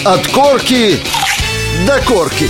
От корки до корки.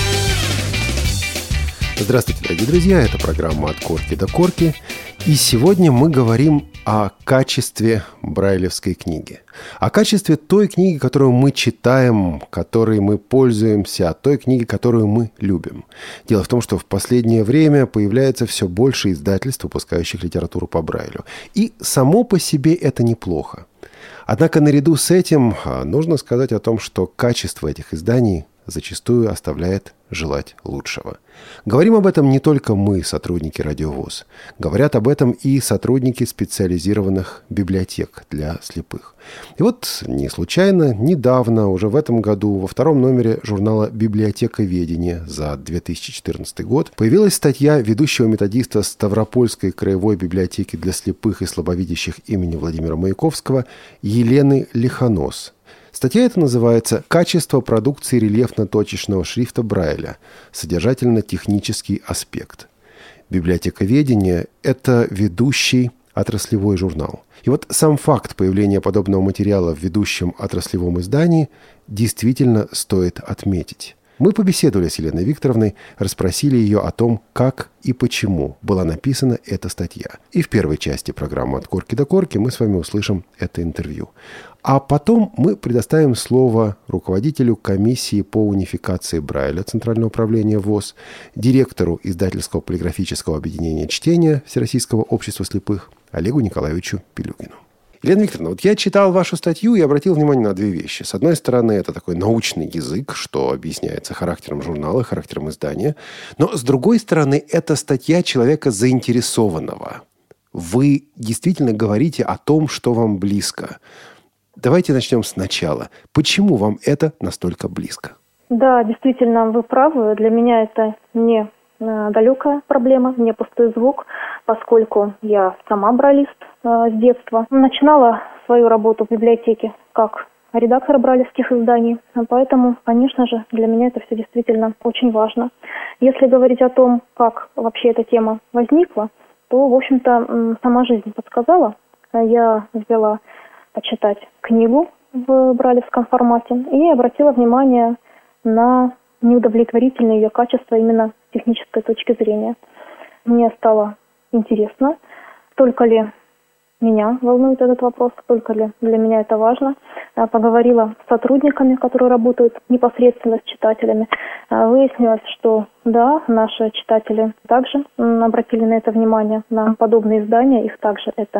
Здравствуйте, дорогие друзья, это программа «От корки до корки». И сегодня мы говорим о качестве брайлевской книги. О качестве той книги, которую мы читаем, которой мы пользуемся, о той книге, которую мы любим. Дело в том, что в последнее время появляется все больше издательств, выпускающих литературу по Брайлю. И само по себе это неплохо. Однако наряду с этим нужно сказать о том, что качество этих изданий зачастую оставляет желать лучшего. Говорим об этом не только мы, сотрудники Радио ВОС. Говорят об этом и сотрудники специализированных библиотек для слепых. И вот не случайно, недавно, уже в этом году, во втором номере журнала «Библиотековедение» за 2014 год появилась статья ведущего методиста Ставропольской краевой библиотеки для слепых и слабовидящих имени Владимира Маяковского Елены Лихонос. Статья эта называется «Качество продукции рельефно-точечного шрифта Брайля. Содержательно-технический аспект». Библиотековедение – это ведущий отраслевой журнал. И вот сам факт появления подобного материала в ведущем отраслевом издании действительно стоит отметить. Мы побеседовали с Еленой Викторовной, расспросили ее о том, как и почему была написана эта статья. И в первой части программы «От корки до корки» мы с вами услышим это интервью. А потом мы предоставим слово руководителю комиссии по унификации Брайля Центрального управления ВОС, директору издательского полиграфического объединения чтения Всероссийского общества слепых Олегу Николаевичу Пилюгину. Елена Викторовна, вот я читал вашу статью и обратил внимание на две вещи. С одной стороны, это такой научный язык, что объясняется характером журнала, характером издания. Но с другой стороны, это статья человека заинтересованного. Вы действительно говорите о том, что вам близко. Давайте начнем сначала. Почему вам это настолько близко? Да, действительно, вы правы. Для меня это не далекая проблема, не пустой звук, поскольку я сама брайлист с детства. Начинала свою работу в библиотеке как редактор брайлевских изданий, поэтому, конечно же, для меня это все действительно очень важно. Если говорить о том, как вообще эта тема возникла, то, в общем-то, сама жизнь подсказала. Я взяла почитать книгу в брайлевском формате и обратила внимание на неудовлетворительное ее качество именно с технической точки зрения. Мне стало интересно, только ли меня волнует этот вопрос, только ли для меня это важно. Поговорила с сотрудниками, которые работают непосредственно с читателями. Выяснилось, что да, наши читатели также обратили на это внимание, на подобные издания, их также это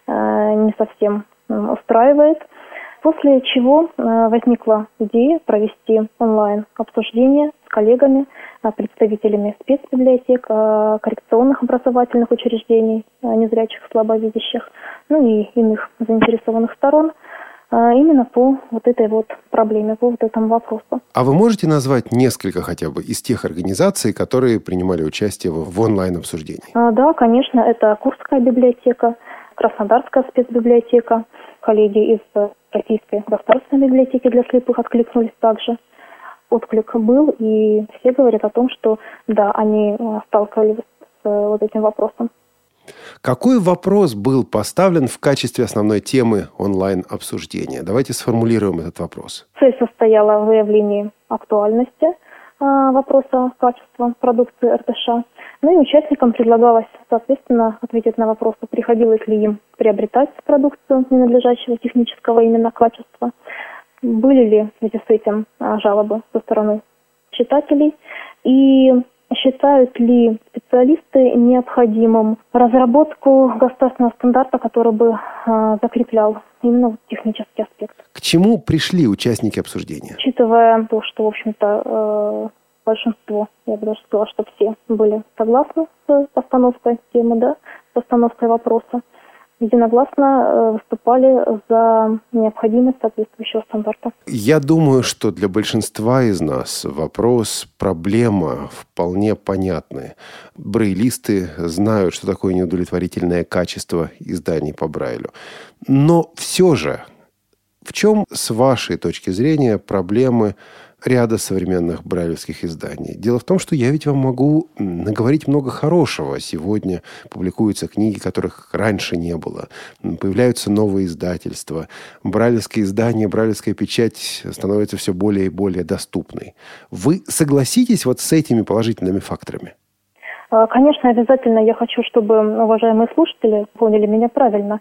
не совсем устраивает. После чего возникла идея провести онлайн-обсуждение с коллегами, представителями спецбиблиотек, коррекционных образовательных учреждений, незрячих, слабовидящих, и иных заинтересованных сторон, именно по вот этой вот проблеме, по вот этому вопросу. А вы можете назвать несколько хотя бы из тех организаций, которые принимали участие в онлайн-обсуждении? Да, конечно, это Курская библиотека, Краснодарская спецбиблиотека, коллеги из Российской государственной библиотеки для слепых откликнулись также. Отклик был, и все говорят о том, что да, они сталкивались с вот этим вопросом. Какой вопрос был поставлен в качестве основной темы онлайн-обсуждения? Давайте сформулируем этот вопрос. Цель состояла в выявлении актуальности вопроса качества продукции РТШ. И участникам предлагалось, соответственно, ответить на вопрос, приходилось ли им приобретать продукцию ненадлежащего технического именно качества, были ли в связи с этим жалобы со стороны читателей, и считают ли специалисты необходимым разработку государственного стандарта, который бы закреплял именно технический аспект. К чему пришли участники обсуждения? Учитывая то, что, в общем-то, большинство, я бы даже сказала, что все были согласны с постановкой темы, да, с постановкой вопроса, единогласно выступали за необходимость соответствующего стандарта. Я думаю, что для большинства из нас вопрос, проблема вполне понятны. Брайлисты знают, что такое неудовлетворительное качество изданий по Брайлю. Но все же В чем, с вашей точки зрения, проблемы ряда современных брайлевских изданий? Дело в том, что я ведь вам могу наговорить много хорошего. Сегодня публикуются книги, которых раньше не было. Появляются новые издательства. Брайлевские издания, брайлевская печать становится все более и более доступной. Вы согласитесь вот с этими положительными факторами? Конечно, обязательно я хочу, чтобы уважаемые слушатели поняли меня правильно.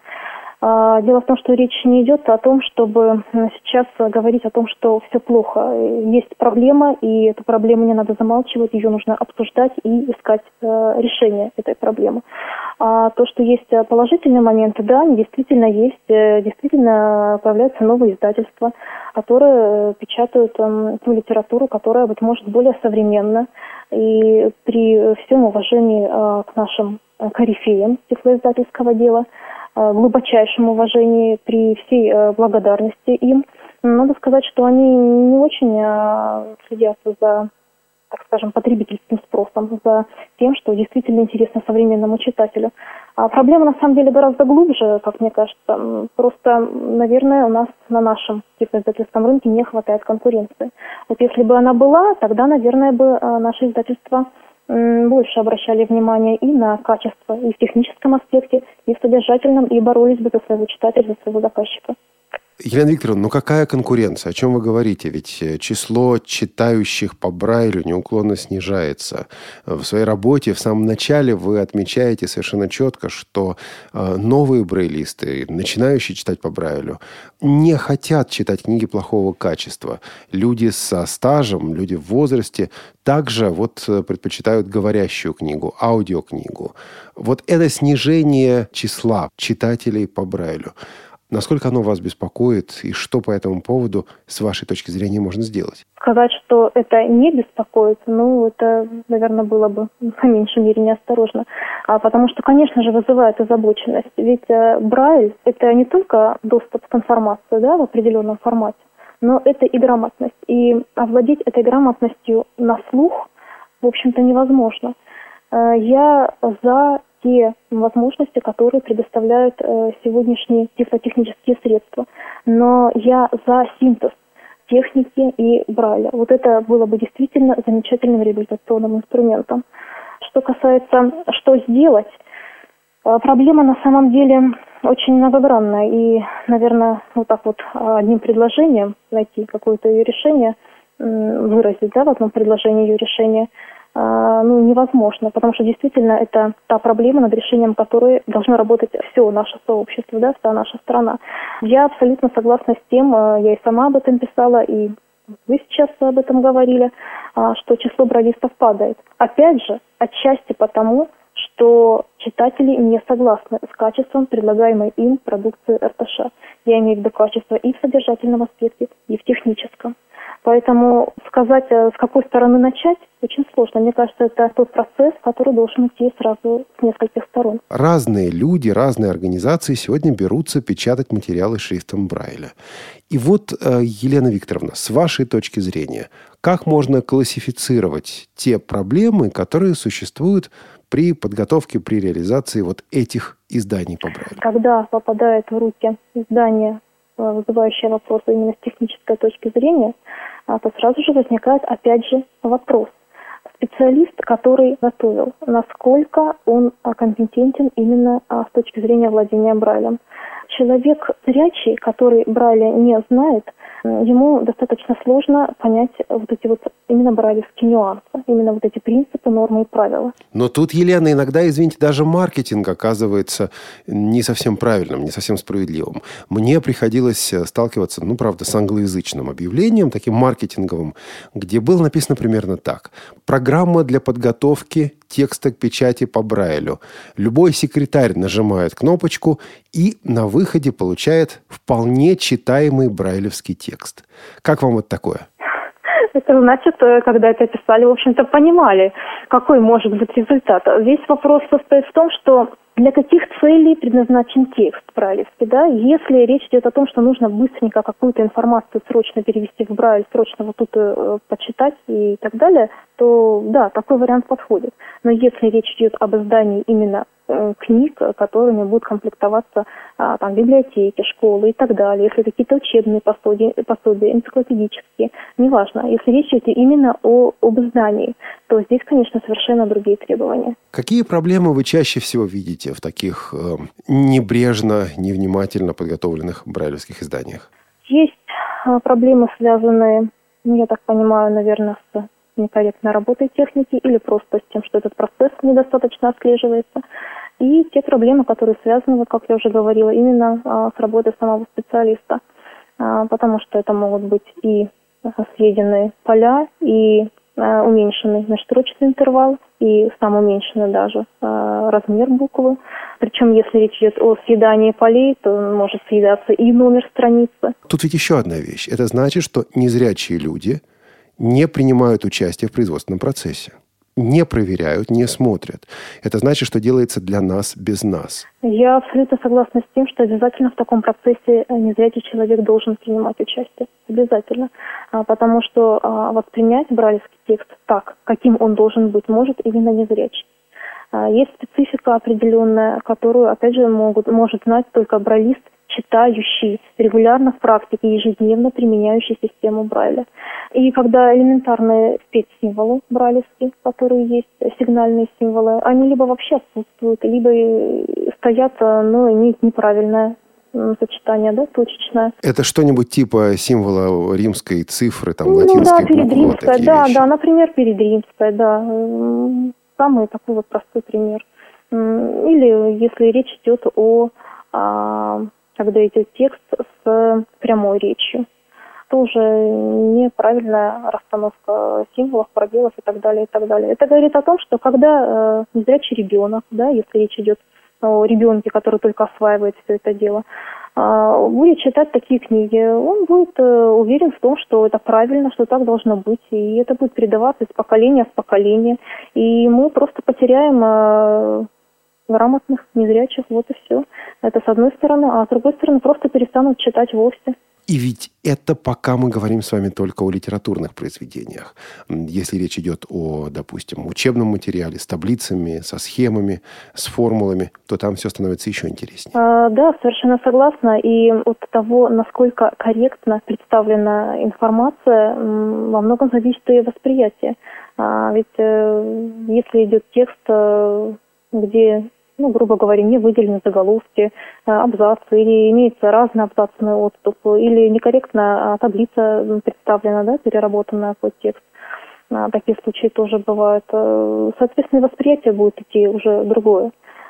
Дело в том, что речь не идет о том, чтобы сейчас говорить о том, что все плохо. Есть проблема, и эту проблему не надо замалчивать, ее нужно обсуждать и искать решение этой проблемы. А то, что есть положительные моменты, да, они действительно есть. Действительно появляются новые издательства, которые печатают ту литературу, которая, быть может, более современна. И при всем уважении к нашим корифеям тифлоиздательского дела, глубочайшем уважении, при всей благодарности им, надо сказать, что они не очень следят за, так скажем, потребительским спросом, за тем, что действительно интересно современному читателю. А проблема, на самом деле, гораздо глубже, как мне кажется. Просто, наверное, у нас на нашем тифлоиздательском рынке не хватает конкуренции. Вот если бы она была, тогда, наверное, бы наши издательства больше обращали внимание и на качество, и в техническом аспекте, и в содержательном, и боролись бы за своего читателя, за своего заказчика. Елена Викторовна, ну какая конкуренция? О чем вы говорите? Ведь число читающих по Брайлю неуклонно снижается. В своей работе в самом начале вы отмечаете совершенно четко, что новые брайлисты, начинающие читать по Брайлю, не хотят читать книги плохого качества. Люди со стажем, люди в возрасте также предпочитают говорящую книгу, аудиокнигу. Вот это снижение числа читателей по Брайлю. Насколько оно вас беспокоит и что по этому поводу, с вашей точки зрения, можно сделать? Сказать, что это не беспокоит, это, наверное, было бы по меньшей мере неосторожно. Потому что, конечно же, вызывает озабоченность. Ведь Брайль – это не только доступ к информации, да, в определенном формате, но это и грамотность. И овладеть этой грамотностью на слух, в общем-то, невозможно. Я за те возможности, которые предоставляют сегодняшние тифлотехнические средства. Но я за синтез техники и Брайля. Вот это было бы действительно замечательным реабилитационным инструментом. Что касается, что сделать, проблема на самом деле очень многогранная. И, наверное, одним предложением найти какое-то ее решение, выразить, в одном предложении ее решения, невозможно, потому что действительно это та проблема, над решением которой должно работать все наше сообщество, вся наша страна. Я абсолютно согласна с тем, я и сама об этом писала, и вы сейчас об этом говорили, что число брайлистов падает. Опять же, отчасти потому, что читатели не согласны с качеством предлагаемой им продукции РТШ. Я имею в виду качество и в содержательном аспекте, и в техническом. Поэтому сказать, с какой стороны начать, очень сложно. Мне кажется, это тот процесс, который должен идти сразу с нескольких сторон. Разные люди, разные организации сегодня берутся печатать материалы шрифтом Брайля. И Елена Викторовна, с вашей точки зрения, как можно классифицировать те проблемы, которые существуют при подготовке, при реализации этих изданий по Брайлю? Когда попадает в руки издание, вызывающее вопросы именно с технической точки зрения, то сразу же возникает, опять же, вопрос. Специалист, который готовил, насколько он компетентен именно с точки зрения владения Брайлем. Человек зрячий, который Брайля не знает, ему достаточно сложно понять именно брайлевские нюансы, именно эти принципы, нормы и правила. Но тут, Елена, иногда, извините, даже маркетинг оказывается не совсем правильным, не совсем справедливым. Мне приходилось сталкиваться, правда, с англоязычным объявлением, таким маркетинговым, где было написано примерно так. Программа для подготовки текста к печати по Брайлю. Любой секретарь нажимает кнопочку и на выходе получает вполне читаемый брайлевский текст. Как вам такое? Это значит, когда это писали, в общем-то, понимали, какой может быть результат. Весь вопрос состоит в том, что для каких целей предназначен текст брайлевский, Если речь идет о том, что нужно быстренько какую-то информацию срочно перевести в Брайль, срочно почитать и так далее, то да, такой вариант подходит. Но если речь идет об издании именно книг, которыми будут комплектоваться там библиотеки, школы и так далее, если какие-то учебные пособия, энциклопедические, неважно. Если речь идет именно об издании, то здесь, конечно, совершенно другие требования. Какие проблемы вы чаще всего видите в таких небрежно, невнимательно подготовленных брайлевских изданиях? Есть проблемы, связанные, я так понимаю, наверное, с некорректной работой техники или просто с тем, что этот процесс недостаточно отслеживается. И те проблемы, которые связаны, вот как я уже говорила, именно с работой самого специалиста. Потому что это могут быть и съеденные поля, и уменьшенный межстрочный интервал, и сам уменьшенный даже размер буквы. Причем, если речь идет о съедании полей, то может съедаться и номер страницы. Тут ведь еще одна вещь. Это значит, что незрячие люди не принимают участие в производственном процессе. Не проверяют, не смотрят. Это значит, что делается для нас без нас. Я абсолютно согласна с тем, что обязательно в таком процессе незрячий человек должен принимать участие. Обязательно. Потому что воспринять брайлевский текст так, каким он должен быть, может именно незрячий. Есть специфика определенная, которую, опять же, может знать только брайлист, читающий регулярно в практике, ежедневно применяющий систему Брайля. И когда элементарные спецсимволы брайлевские, которые есть, сигнальные символы, они либо вообще отсутствуют, либо стоят, но имеют неправильное сочетание, да, точечное. Это что-нибудь типа символа римской цифры, там, латинской буквы? Да, передримская, да, например, передримская, да. Самый такой вот простой пример. Или если речь идет когда идет текст с прямой речью, тоже неправильная расстановка символов, пробелов и так далее, и так далее. Это говорит о том, что когда незрячий ребенок, да, если речь идет о ребенке, который только осваивает все это дело, будет читать такие книги, он будет уверен в том, что это правильно, что так должно быть, и это будет передаваться из поколения в поколение, и мы просто потеряем грамотных, незрячих, вот и все. Это с одной стороны, а с другой стороны просто перестанут читать вовсе. И ведь это пока мы говорим с вами только о литературных произведениях. Если речь идет о, допустим, учебном материале с таблицами, со схемами, с формулами, то там все становится еще интереснее. Да, совершенно согласна. И от того, насколько корректно представлена информация, во многом зависит и восприятие. Ведь если идет текст, где, грубо говоря, не выделены заголовки, абзацы, или имеется разный абзацный отступ, или некорректно таблица представлена, да, переработанная под текст. Такие случаи тоже бывают. Соответственно, восприятие будет идти уже другое.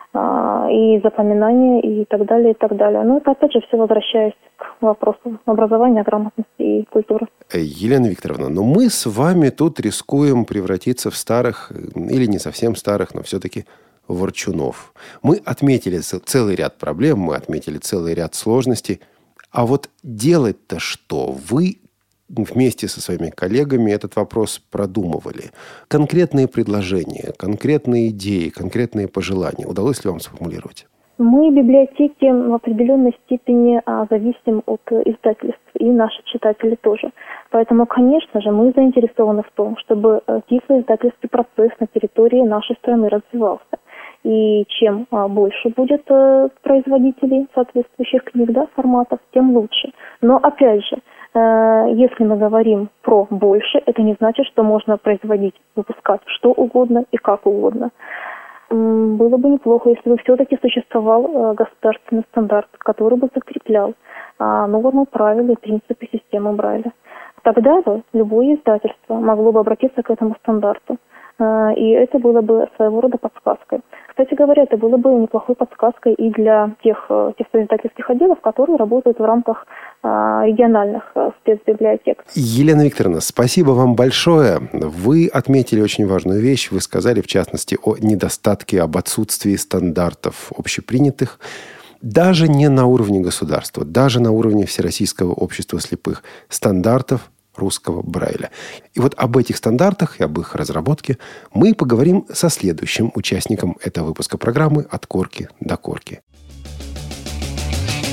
И запоминание, и так далее, и так далее. Но это, опять же, все возвращаясь к вопросу образования, грамотности и культуры. Елена Викторовна, но мы с вами тут рискуем превратиться в старых, или не совсем старых, но все-таки ворчунов. Мы отметили целый ряд проблем, мы отметили целый ряд сложностей. А вот делать-то что? Вы вместе со своими коллегами этот вопрос продумывали. Конкретные предложения, конкретные идеи, конкретные пожелания удалось ли вам сформулировать? Мы, библиотеки, в определенной степени зависим от издательств, и наши читатели тоже. Поэтому, конечно же, мы заинтересованы в том, чтобы тифлоиздательский процесс на территории нашей страны развивался. И чем больше будет производителей соответствующих книг, да, форматов, тем лучше. Но, опять же, если мы говорим про больше, это не значит, что можно производить, выпускать что угодно и как угодно. Было бы неплохо, если бы все-таки существовал государственный стандарт, который бы закреплял нормы, правила и принципы системы Брайля. Тогда бы любое издательство могло бы обратиться к этому стандарту. И это было бы своего рода подсказкой. Кстати говоря, это было бы неплохой подсказкой и для тех издательских отделов, которые работают в рамках региональных спецбиблиотек. Елена Викторовна, спасибо вам большое. Вы отметили очень важную вещь. Вы сказали, в частности, о недостатке, об отсутствии стандартов общепринятых. Даже не на уровне государства, даже на уровне Всероссийского общества слепых. Стандартов русского Брайля. И вот об этих стандартах и об их разработке мы поговорим со следующим участником этого выпуска программы «От корки до корки».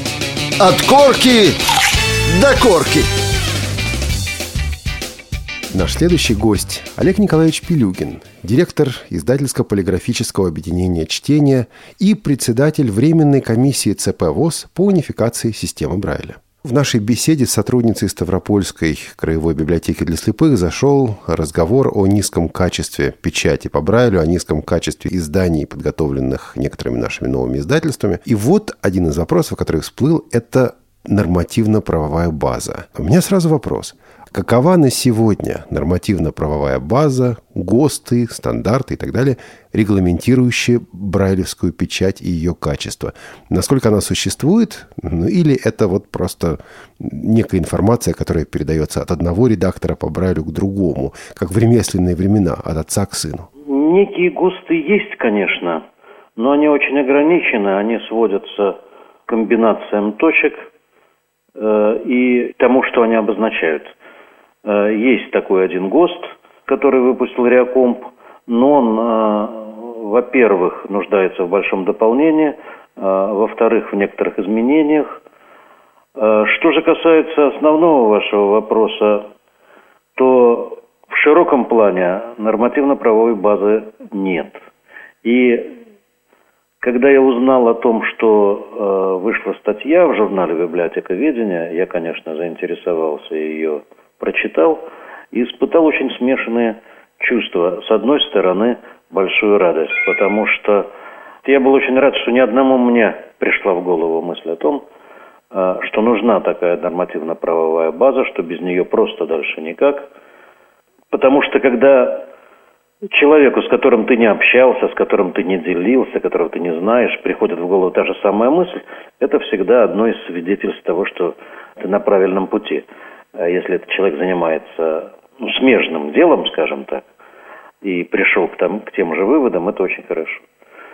От корки до корки. Наш следующий гость – Олег Николаевич Пилюгин, директор издательско-полиграфического объединения «Чтение» и председатель Временной комиссии ЦП ВОС по унификации системы Брайля. В нашей беседе с сотрудницей Ставропольской краевой библиотеки для слепых зашел разговор о низком качестве печати по Брайлю, о низком качестве изданий, подготовленных некоторыми нашими новыми издательствами. И вот один из вопросов, который всплыл, это нормативно-правовая база. У меня сразу вопрос. Какова на сегодня нормативно-правовая база, ГОСТы, стандарты и так далее, регламентирующие брайлевскую печать и ее качество? Насколько она существует? Или это вот просто некая информация, которая передается от одного редактора по Брайлю к другому, как в ремесленные времена, от отца к сыну? Некие ГОСТы есть, конечно, но они очень ограничены, они сводятся к комбинациям точек и тому, что они обозначают. Есть такой один ГОСТ, который выпустил Реакомп, но он, во-первых, нуждается в большом дополнении, во-вторых, в некоторых изменениях. Что же касается основного вашего вопроса, то в широком плане нормативно-правовой базы нет. И когда я узнал о том, что вышла статья в журнале «Библиотековедение», я, конечно, заинтересовался и ее прочитал и испытал очень смешанные чувства. С одной стороны, большую радость, потому что я был очень рад, что ни одному мне пришла в голову мысль о том, что нужна такая нормативно-правовая база, что без нее просто дальше никак. Потому что когда человеку, с которым ты не общался, с которым ты не делился, которого ты не знаешь, приходит в голову та же самая мысль, это всегда одно из свидетельств того, что ты на правильном пути. Если этот человек занимается смежным делом, скажем так, и пришел к тем же выводам, это очень хорошо.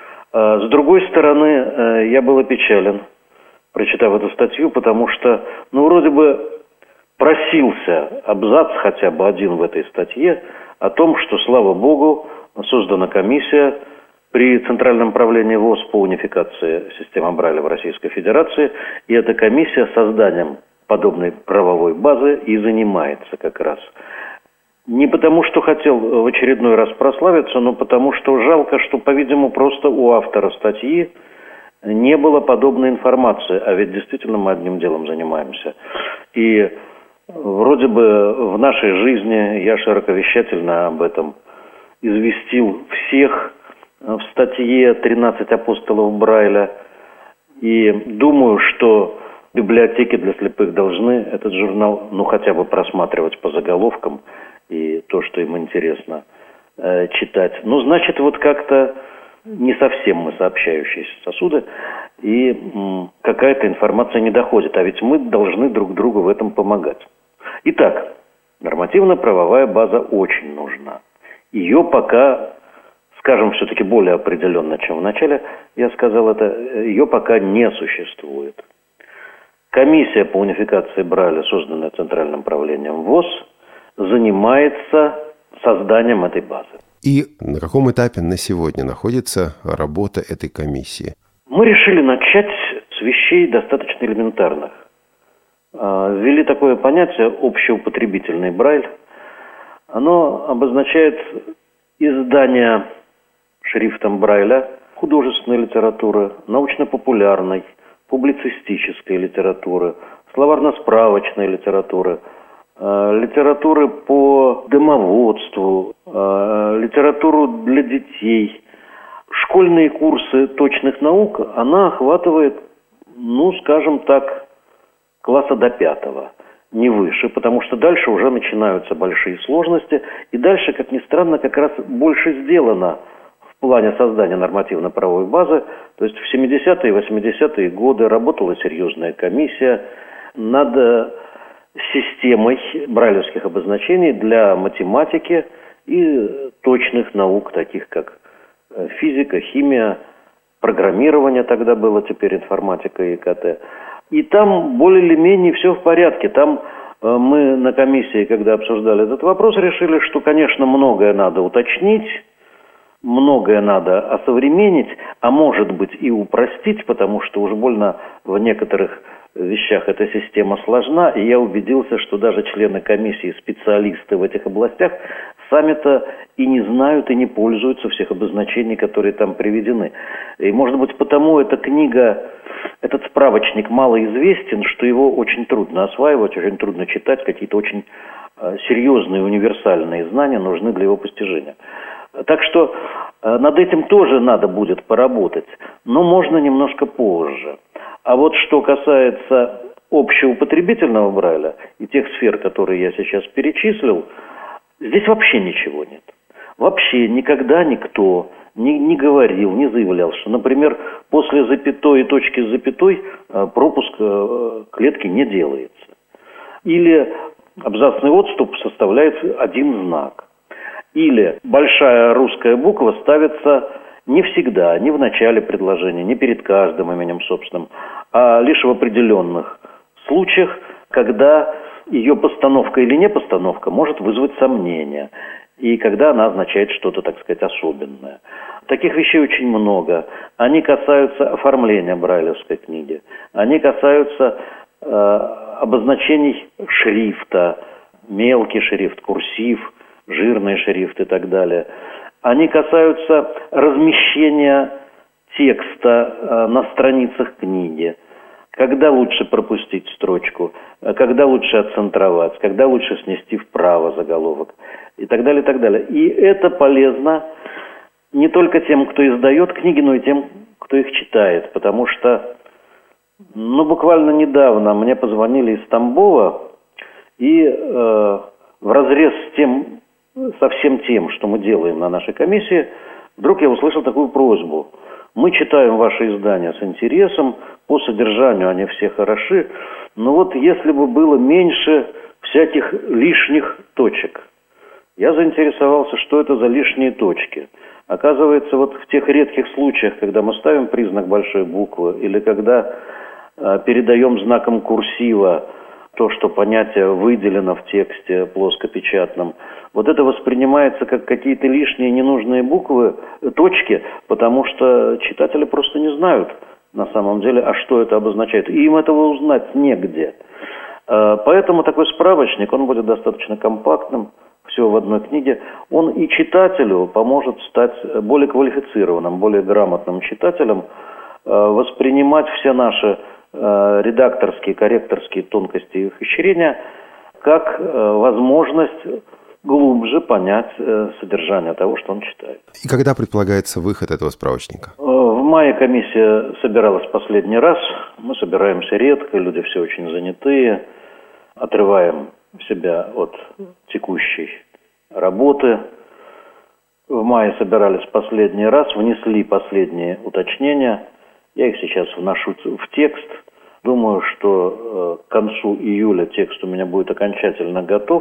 С другой стороны, я был опечален, прочитав эту статью, потому что, вроде бы просился абзац хотя бы один в этой статье о том, что, слава богу, создана комиссия при Центральном правлении ВОС по унификации системы Брайля в Российской Федерации, и эта комиссия созданием подобной правовой базы и занимается как раз. Не потому, что хотел в очередной раз прославиться, но потому, что жалко, что, по-видимому, просто у автора статьи не было подобной информации, а ведь действительно мы одним делом занимаемся. И вроде бы в нашей жизни я широковещательно об этом известил всех в статье «13 апостолов Брайля». И думаю, что библиотеки для слепых должны этот журнал, хотя бы просматривать по заголовкам и то, что им интересно читать. Значит, вот как-то не совсем мы сообщающиеся сосуды, и какая-то информация не доходит, а ведь мы должны друг другу в этом помогать. Итак, нормативно-правовая база очень нужна. Ее пока, скажем, все-таки более определенно, чем в начале, я сказал это, ее пока не существует. Комиссия по унификации Брайля, созданная Центральным правлением ВОС, занимается созданием этой базы. И на каком этапе на сегодня находится работа этой комиссии? Мы решили начать с вещей достаточно элементарных. Ввели такое понятие «общеупотребительный Брайль». Оно обозначает издание шрифтом Брайля художественной литературы, научно-популярной, публицистической литературы, словарно-справочной литературы, литературы по домоводству, литературу для детей. Школьные курсы точных наук она охватывает, скажем так, класса до 5, не выше, потому что дальше уже начинаются большие сложности, и дальше, как ни странно, как раз больше сделано в плане создания нормативно-правовой базы. То есть в 70-е и 80-е годы работала серьезная комиссия над системой брайлевских обозначений для математики и точных наук, таких как физика, химия, программирование тогда было, теперь информатика и ИКТ. И там более или менее все в порядке. Там мы на комиссии, когда обсуждали этот вопрос, решили, что, конечно, многое надо уточнить, многое надо осовременить, а может быть и упростить, потому что уж больно в некоторых вещах эта система сложна, и я убедился, что даже члены комиссии, специалисты в этих областях, сами-то и не знают, и не пользуются всех обозначений, которые там приведены. И, может быть, потому эта книга, этот справочник малоизвестен, что его очень трудно осваивать, очень трудно читать, какие-то очень серьезные универсальные знания нужны для его постижения. Так что над этим тоже надо будет поработать, но можно немножко позже. А вот что касается общеупотребительного Брайля и тех сфер, которые я сейчас перечислил, здесь вообще ничего нет. Вообще никогда никто не говорил, не заявлял, что, например, после запятой и точки с запятой пропуск клетки не делается. Или абзацный отступ составляет один знак. Или большая русская буква ставится не всегда, не в начале предложения, не перед каждым именем собственным, а лишь в определенных случаях, когда ее постановка или не постановка может вызвать сомнения, и когда она означает что-то, так сказать, особенное. Таких вещей очень много. Они касаются оформления брайлевской книги, они касаются обозначений шрифта, мелкий шрифт, курсив, жирный шрифт и так далее. Они касаются размещения текста на страницах книги. Когда лучше пропустить строчку, когда лучше отцентровать, когда лучше снести вправо заголовок и так далее, и так далее. И это полезно не только тем, кто издает книги, но и тем, кто их читает. Потому что, буквально недавно мне позвонили из Тамбова, и вразрез со всем тем, что мы делаем на нашей комиссии, вдруг я услышал такую просьбу. Мы читаем ваши издания с интересом, по содержанию они все хороши, но вот если бы было меньше всяких лишних точек. Я заинтересовался, что это за лишние точки. Оказывается, вот в тех редких случаях, когда мы ставим признак большой буквы, или когда передаем знаком курсива то, что понятие выделено в тексте плоскопечатном, вот это воспринимается как какие-то лишние ненужные буквы, точки, потому что читатели просто не знают на самом деле, а что это обозначает. И им этого узнать негде. Поэтому такой справочник, он будет достаточно компактным, все в одной книге. Он и читателю поможет стать более квалифицированным, более грамотным читателем, воспринимать все наши редакторские, корректорские тонкости и ухищрения как возможность глубже понять содержание того, что он читает. И когда предполагается выход этого справочника? В мае комиссия собиралась последний раз. Мы собираемся редко, люди все очень занятые. Отрываем себя от текущей работы. В мае собирались последний раз, внесли последние уточнения. Я их сейчас вношу в текст. Думаю, что к концу июля текст у меня будет окончательно готов.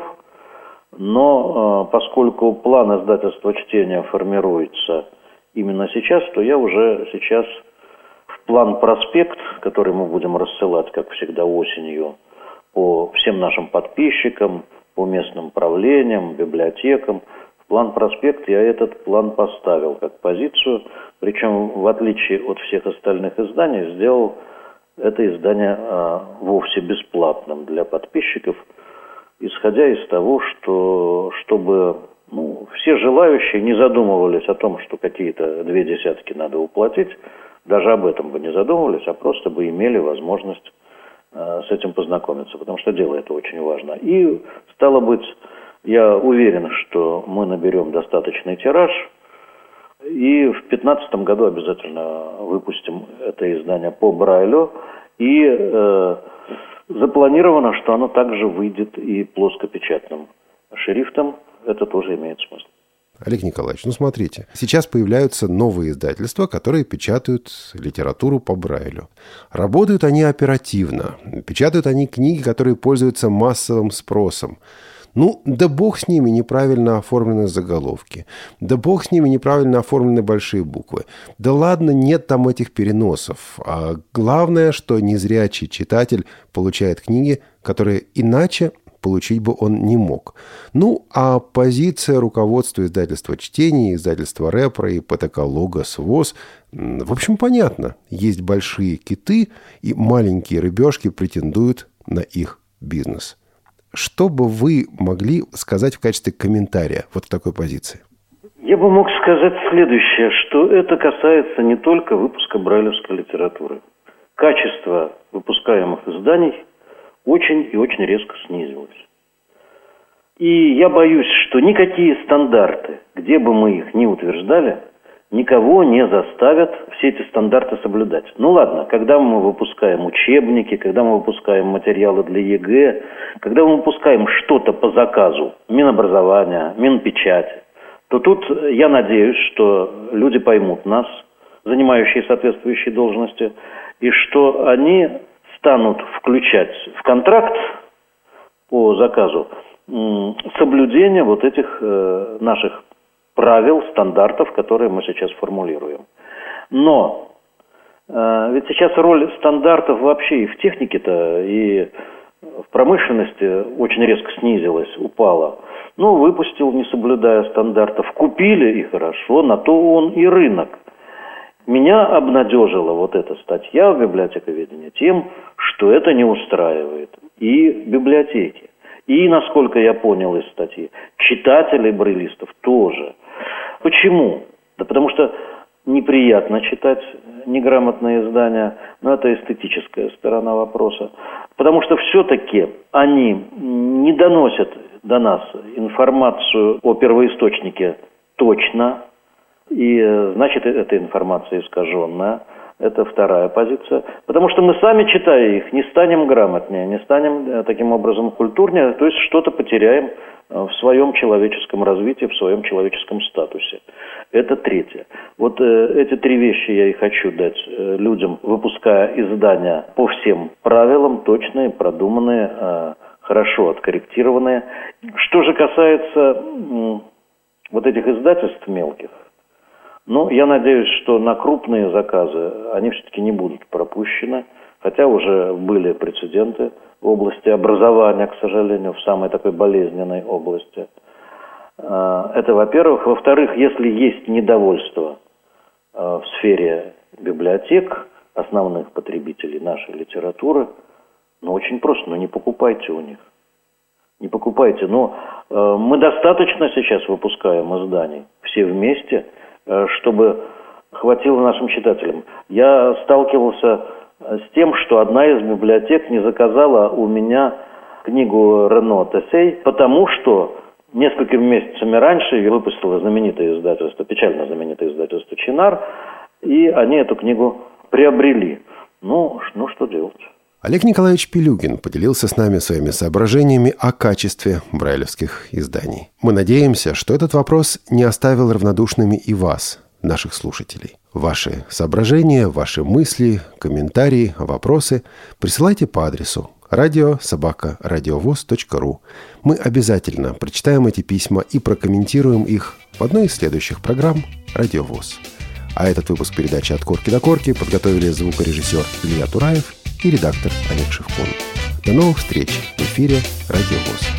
Но поскольку план издательства чтения формируется именно сейчас, то я уже сейчас в план проспект, который мы будем рассылать, как всегда, осенью, по всем нашим подписчикам, по местным правлениям, библиотекам, в план проспект я этот план поставил как позицию, причем в отличие от всех остальных изданий сделал это издание вовсе бесплатным для подписчиков, исходя из того, что чтобы все желающие не задумывались о том, что какие-то 20 надо уплатить, даже об этом бы не задумывались, а просто бы имели возможность с этим познакомиться, потому что дело это очень важно. И, стало быть, я уверен, что мы наберем достаточный тираж, и в 2015 году обязательно выпустим это издание по Брайлю, и запланировано, что оно также выйдет и плоскопечатным шрифтом. Это тоже имеет смысл. Олег Николаевич, смотрите, сейчас появляются новые издательства, которые печатают литературу по Брайлю. Работают они оперативно, печатают они книги, которые пользуются массовым спросом. Да бог с ними неправильно оформлены заголовки. Да бог с ними неправильно оформлены большие буквы. Да ладно, нет там этих переносов. А главное, что незрячий читатель получает книги, которые иначе получить бы он не мог. Ну, а позиция руководства издательства «Чтение», издательства «Репро» и ПТК «Логос», ВОЗ, в общем, понятно. Есть большие киты, и маленькие рыбешки претендуют на их бизнес. Что бы вы могли сказать в качестве комментария вот к такой позиции? Я бы мог сказать следующее, что это касается не только выпуска брайлевской литературы. Качество выпускаемых изданий очень и очень резко снизилось. И я боюсь, что никакие стандарты, где бы мы их ни утверждали, никого не заставят все эти стандарты соблюдать. Ну ладно, когда мы выпускаем учебники, когда мы выпускаем материалы для ЕГЭ, когда мы выпускаем что-то по заказу Минобразования, Минпечати, то тут я надеюсь, что люди поймут нас, занимающие соответствующие должности, и что они станут включать в контракт по заказу соблюдение вот этих наших правил, стандартов, которые мы сейчас формулируем. Но ведь сейчас роль стандартов вообще и в технике-то, и в промышленности очень резко снизилась, упала. Ну, выпустил, не соблюдая стандартов, купили, и хорошо, на то он и рынок. Меня обнадежила вот эта статья в библиотековедении тем, что это не устраивает и библиотеки. И, насколько я понял из статьи, читателей брайлистов тоже. Почему? Да потому что неприятно читать неграмотные издания, но это эстетическая сторона вопроса. Потому что все-таки они не доносят до нас информацию о первоисточнике точно, и значит эта информация искаженная. Это вторая позиция. Потому что мы сами, читая их, не станем грамотнее, не станем таким образом культурнее, то есть что-то потеряем в своем человеческом развитии, в своем человеческом статусе. Это третье. Вот эти три вещи я и хочу дать людям, выпуская издания по всем правилам, точные, продуманные, хорошо откорректированные. Что же касается вот этих издательств мелких, ну, я надеюсь, что на крупные заказы они все-таки не будут пропущены, хотя уже были прецеденты в области образования, к сожалению, в самой такой болезненной области. Это, во-первых. Во-вторых, если есть недовольство в сфере библиотек, основных потребителей нашей литературы, ну, очень просто, не покупайте у них. Не покупайте. Но мы достаточно сейчас выпускаем изданий, все вместе, чтобы хватило нашим читателям. Я сталкивался с тем, что одна из библиотек не заказала у меня книгу Рено Тесей, потому что несколькими месяцами раньше ее выпустило знаменитое издательство, печально знаменитое издательство «Чинар», и они эту книгу приобрели. Ну, что делать? Олег Николаевич Пилюгин поделился с нами своими соображениями о качестве брайлевских изданий. Мы надеемся, что этот вопрос не оставил равнодушными и вас, наших слушателей. Ваши соображения, ваши мысли, комментарии, вопросы присылайте по адресу radio@radiovoz.ru. Мы обязательно прочитаем эти письма и прокомментируем их в одной из следующих программ «Радио ВОЗ». А этот выпуск передачи «От корки до корки» подготовили звукорежиссер Илья Тураев и редактор Олег Шевкун. До новых встреч в эфире «Радио ВОЗ».